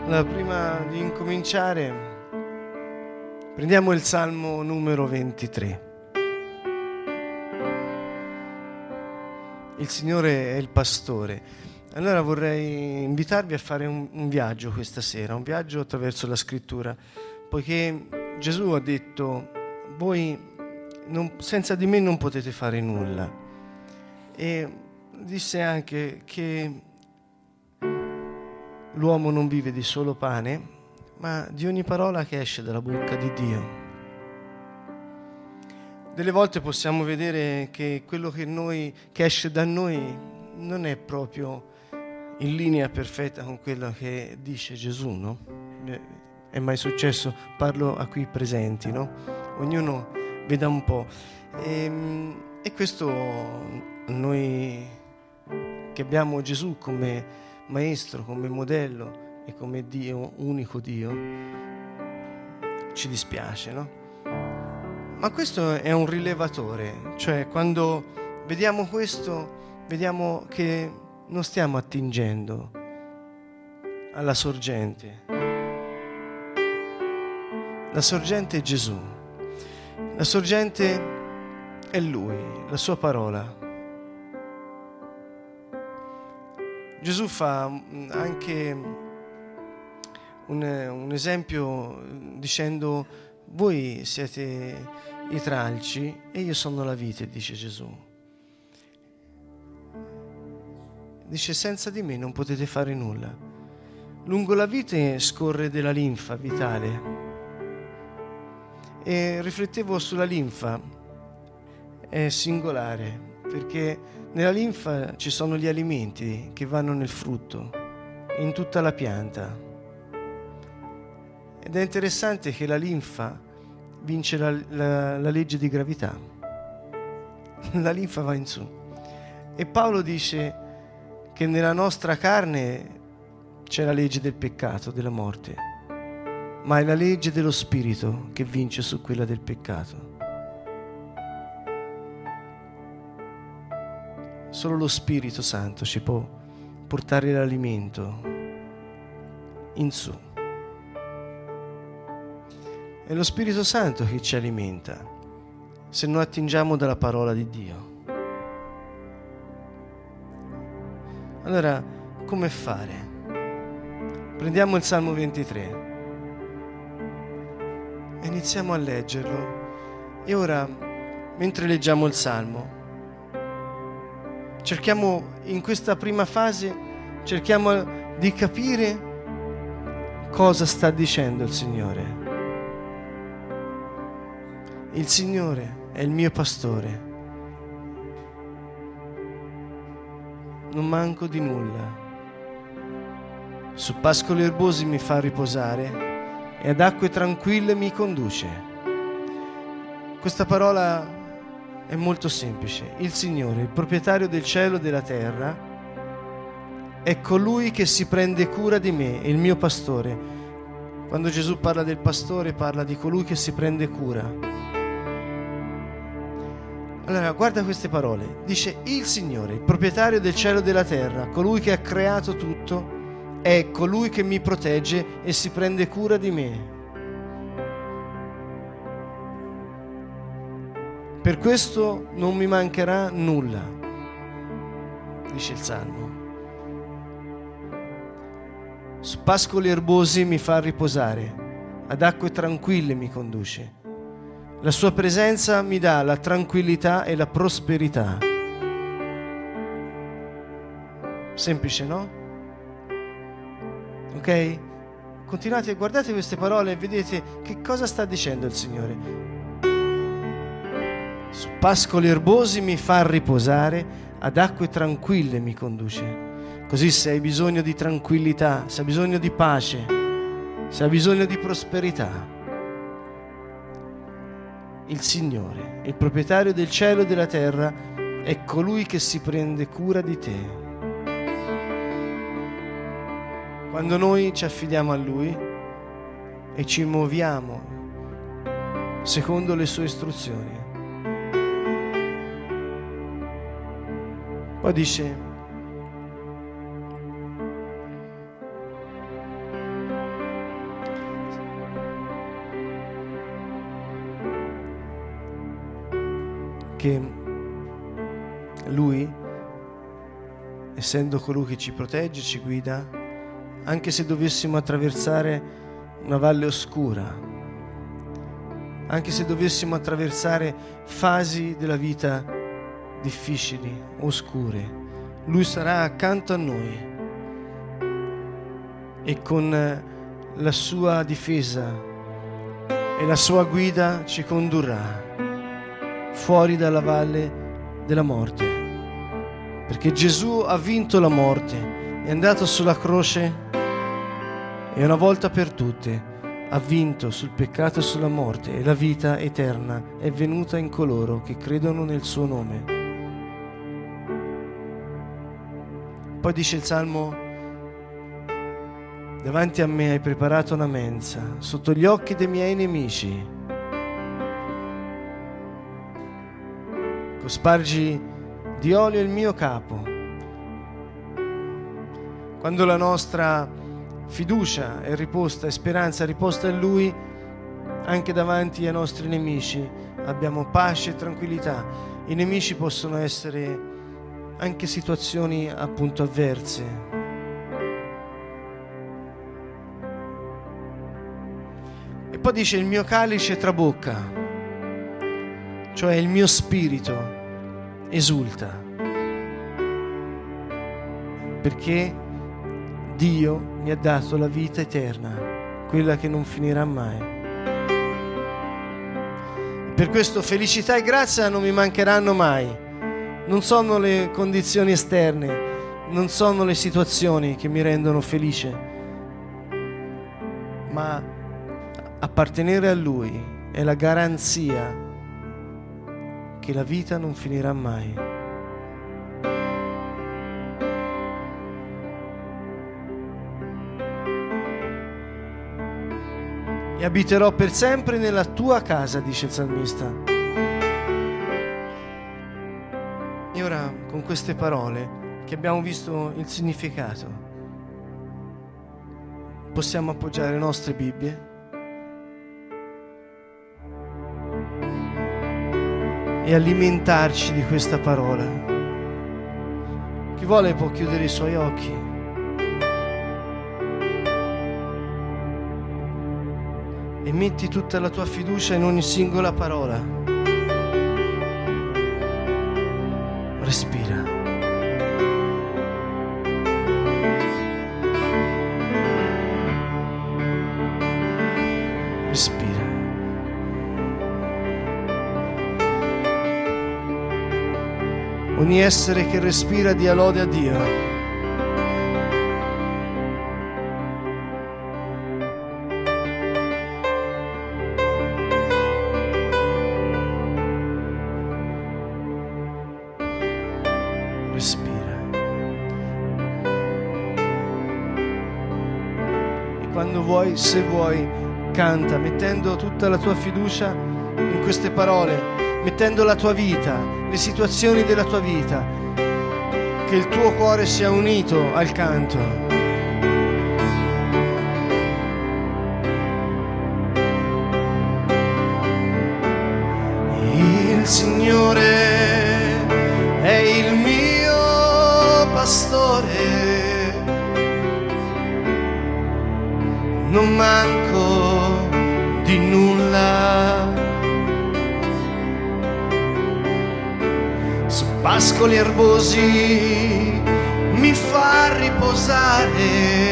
Allora, prima di incominciare, prendiamo il Salmo numero 23. Il Signore è il pastore. Allora vorrei invitarvi a fare un viaggio questa sera, un viaggio attraverso la Scrittura, poiché Gesù ha detto: voi senza di me non potete fare nulla. E disse anche che l'uomo non vive di solo pane, ma di ogni parola che esce dalla bocca di Dio. Delle volte possiamo vedere che quello che esce da noi non è proprio in linea perfetta con quello che dice Gesù, no? È mai successo? Parlo a qui presenti, no? Ognuno veda un po'. E questo noi che abbiamo Gesù come Maestro, come modello e come Dio, unico Dio, ci dispiace, no? Ma questo è un rilevatore, cioè quando vediamo questo, vediamo che non stiamo attingendo alla sorgente. La sorgente è Gesù, la sorgente è Lui, la sua parola. Gesù fa anche un esempio dicendo: voi siete i tralci e io sono la vite, dice Gesù. Dice: senza di me non potete fare nulla. Lungo la vite scorre della linfa vitale. E riflettevo sulla linfa, è singolare, perché nella linfa ci sono gli alimenti che vanno nel frutto, in tutta la pianta. Ed è interessante che la linfa vince la legge di gravità. La linfa va in su. E Paolo dice che nella nostra carne c'è la legge del peccato, della morte, ma è la legge dello spirito che vince su quella del peccato. Solo lo Spirito Santo ci può portare l'alimento in su. È lo Spirito Santo che ci alimenta se non attingiamo dalla parola di Dio. Allora, come fare? Prendiamo il Salmo 23 e iniziamo a leggerlo. E ora, mentre leggiamo il Salmo, cerchiamo in questa prima fase, cerchiamo di capire cosa sta dicendo il Signore. Il Signore è il mio pastore, non manco di nulla. Su pascoli erbosi mi fa riposare e ad acque tranquille mi conduce. Questa parola è molto semplice. Il Signore, il proprietario del cielo e della terra, è colui che si prende cura di me, è il mio pastore. Quando Gesù parla del pastore, parla di colui che si prende cura. Allora, guarda queste parole. Dice: il Signore, il proprietario del cielo e della terra, colui che ha creato tutto, è colui che mi protegge e si prende cura di me. Per questo non mi mancherà nulla, dice il Salmo. Su pascoli erbosi mi fa riposare, ad acque tranquille mi conduce. La sua presenza mi dà la tranquillità e la prosperità. Semplice, no? Ok? Continuate, guardate queste parole e vedete che cosa sta dicendo il Signore. Su pascoli erbosi mi fa riposare, ad acque tranquille mi conduce. Così se hai bisogno di tranquillità, se hai bisogno di pace, se hai bisogno di prosperità, il Signore, il proprietario del cielo e della terra, è colui che si prende cura di te. Quando noi ci affidiamo a Lui e ci muoviamo secondo le sue istruzioni. Poi dice: perché Lui, essendo colui che ci protegge, ci guida, anche se dovessimo attraversare una valle oscura, anche se dovessimo attraversare fasi della vita difficili, oscure, Lui sarà accanto a noi e con la sua difesa e la sua guida ci condurrà fuori dalla valle della morte, perché Gesù ha vinto la morte, è andato sulla croce e una volta per tutte ha vinto sul peccato e sulla morte, e la vita eterna è venuta in coloro che credono nel suo nome. Poi dice il Salmo: davanti a me hai preparato una mensa sotto gli occhi dei miei nemici. Cospargi di olio il mio capo. Quando la nostra fiducia è riposta e speranza è riposta in Lui, anche davanti ai nostri nemici abbiamo pace e tranquillità. I nemici possono essere anche situazioni appunto avverse. E poi dice: il mio calice trabocca, cioè il mio spirito esulta, perché Dio mi ha dato la vita eterna, quella che non finirà mai. Per questo felicità e grazia non mi mancheranno mai. Non sono le condizioni esterne, non sono le situazioni che mi rendono felice, ma appartenere a Lui è la garanzia che la vita non finirà mai. E abiterò per sempre nella tua casa, dice il salmista. E ora, con queste parole, che abbiamo visto il significato, possiamo appoggiare le nostre Bibbie e alimentarci di questa parola. Chi vuole può chiudere i suoi occhi. E metti tutta la tua fiducia in ogni singola parola. Respira. Respira. Ogni essere che respira dia lode a Dio. Respira. E quando vuoi, se vuoi, canta mettendo tutta la tua fiducia in queste parole, mettendo la tua vita, le situazioni della tua vita, che il tuo cuore sia unito al canto. Il Signore è il mio pastore, non manco di nulla. Su pascoli erbosi mi fa riposare,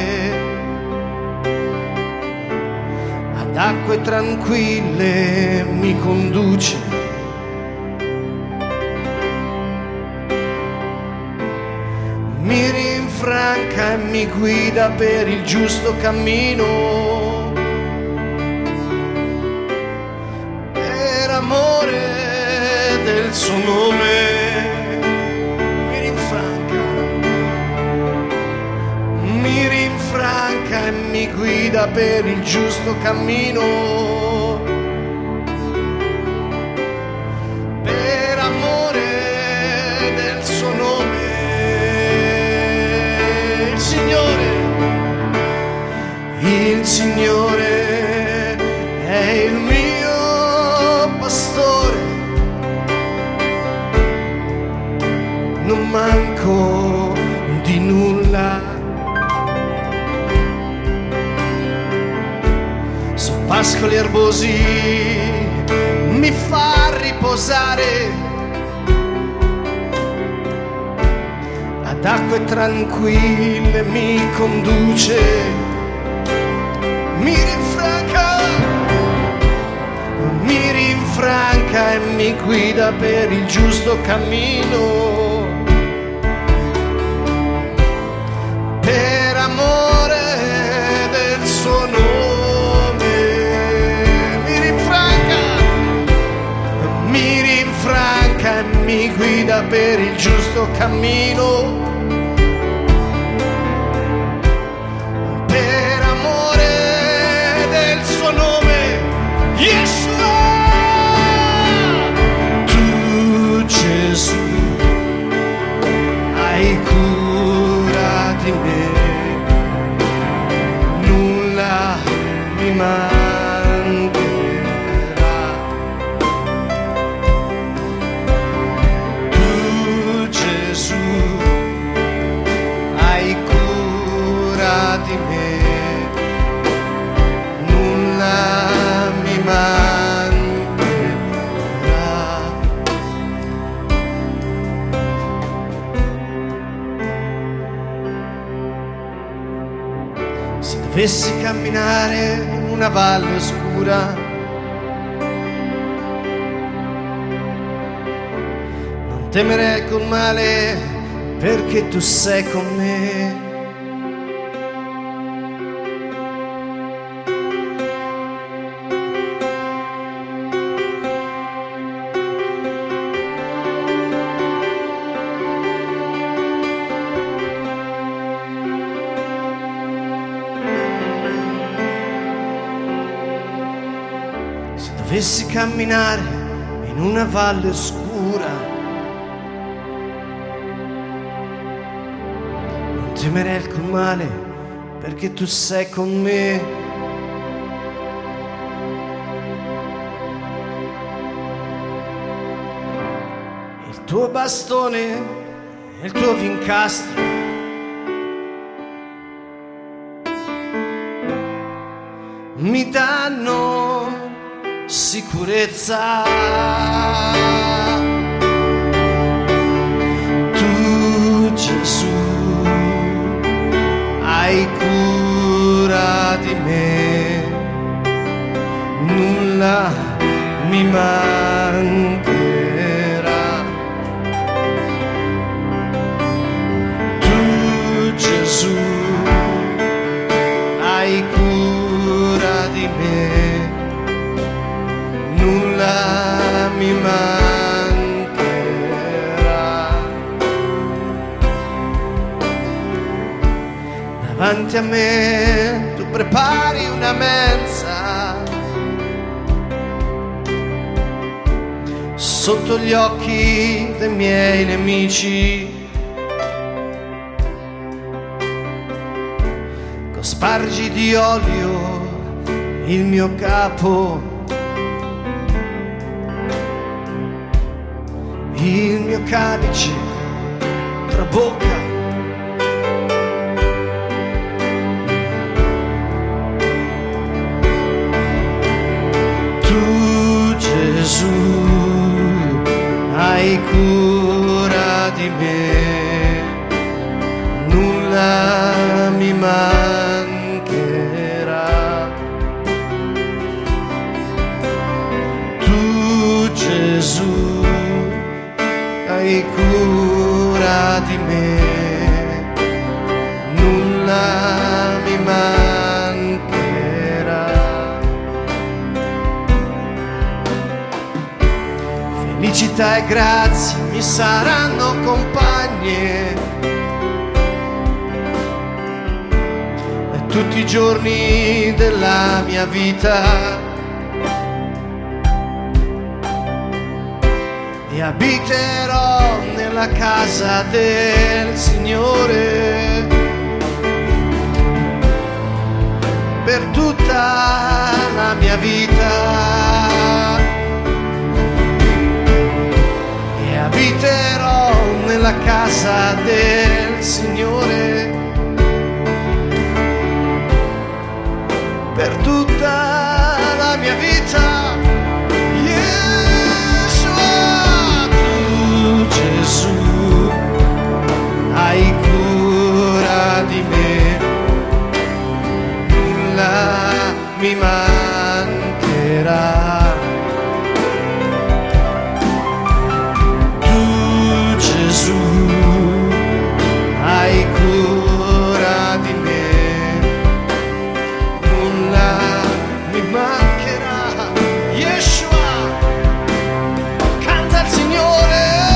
ad acque tranquille mi conduce. Mi rinfranca e mi guida per il giusto cammino, per amore del suo nome. Mi rinfranca e mi guida per il giusto cammino, per amore del suo nome. Il Signore è il mio pastore, pascoli erbosi mi fa riposare, ad acque tranquille mi conduce, mi rinfranca e mi guida per il giusto cammino, per amore del suo nome. Mi rinfranca e mi guida per il giusto cammino, per amore del suo nome. Yeshua, tu Gesù hai cura di me, nulla mi mancherà. Tu Gesù hai cura di me, nulla mi mancherà. Se dovessi camminare in una valle oscura, non temerei col male, perché tu sei con me. Se dovessi camminare in una valle oscura, non temerei alcun male, perché tu sei con me. Il tuo bastone e il tuo vincastro mi danno sicurezza. Tu Gesù hai cura di me, nulla mi mancherà. Tu Gesù hai cura di me, nulla mi mancherà. Davanti a me tu prepari una mensa, sotto gli occhi dei miei nemici. Spargi di olio il mio capo, il mio calice trabocca. Tu Gesù hai cura di me, nulla mi mancherà. Tu Gesù hai cura di me, nulla mi mancherà. Felicità e grazia mi saranno compagne tutti i giorni della mia vita, e abiterò nella casa del Signore per tutta la mia vita, e abiterò nella casa del Signore per tutta mia vita. Yeshua, tu Gesù, hai cura di me, nulla mi mancherà. Tu Gesù, hai cura di me, nulla mi mancherà. Yeshua, canta al Signore.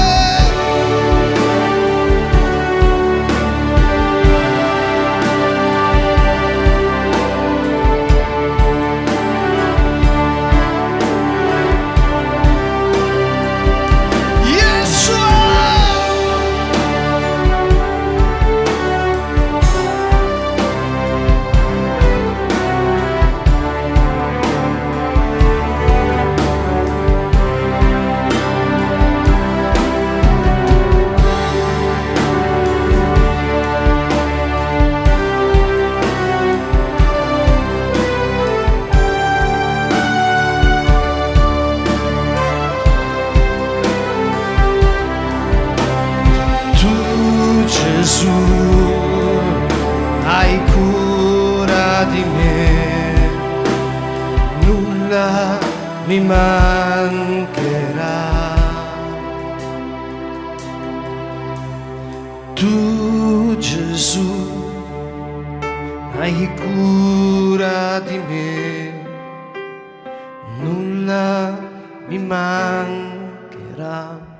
Gesù, hai cura di me, nulla mi mancherà. Tu Gesù, hai cura di me, nulla mi mancherà.